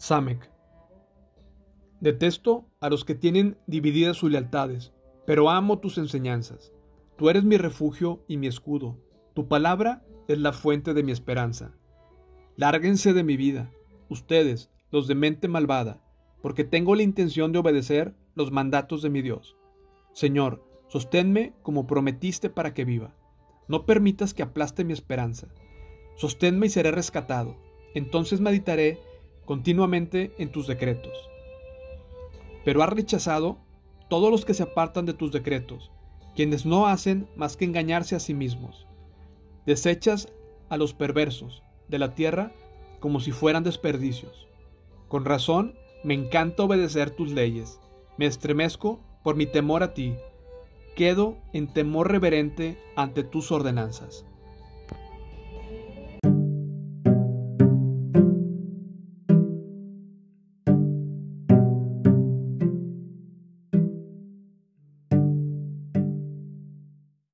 Samek. Detesto a los que tienen divididas sus lealtades, pero amo tus enseñanzas. Tú eres mi refugio y mi escudo. Tu palabra es la fuente de mi esperanza. Lárguense de mi vida, ustedes, los de mente malvada, porque tengo la intención de obedecer los mandatos de mi Dios. Señor, sosténme como prometiste para que viva. No permitas que aplaste mi esperanza. Sosténme y seré rescatado. Entonces meditaré continuamente en tus decretos. Pero has rechazado todos los que se apartan de tus decretos, quienes no hacen más que engañarse a sí mismos. Desechas a los perversos de la tierra como si fueran desperdicios. Con razón, me encanta obedecer tus leyes. Me estremezco por mi temor a ti. Quedo en temor reverente ante tus ordenanzas.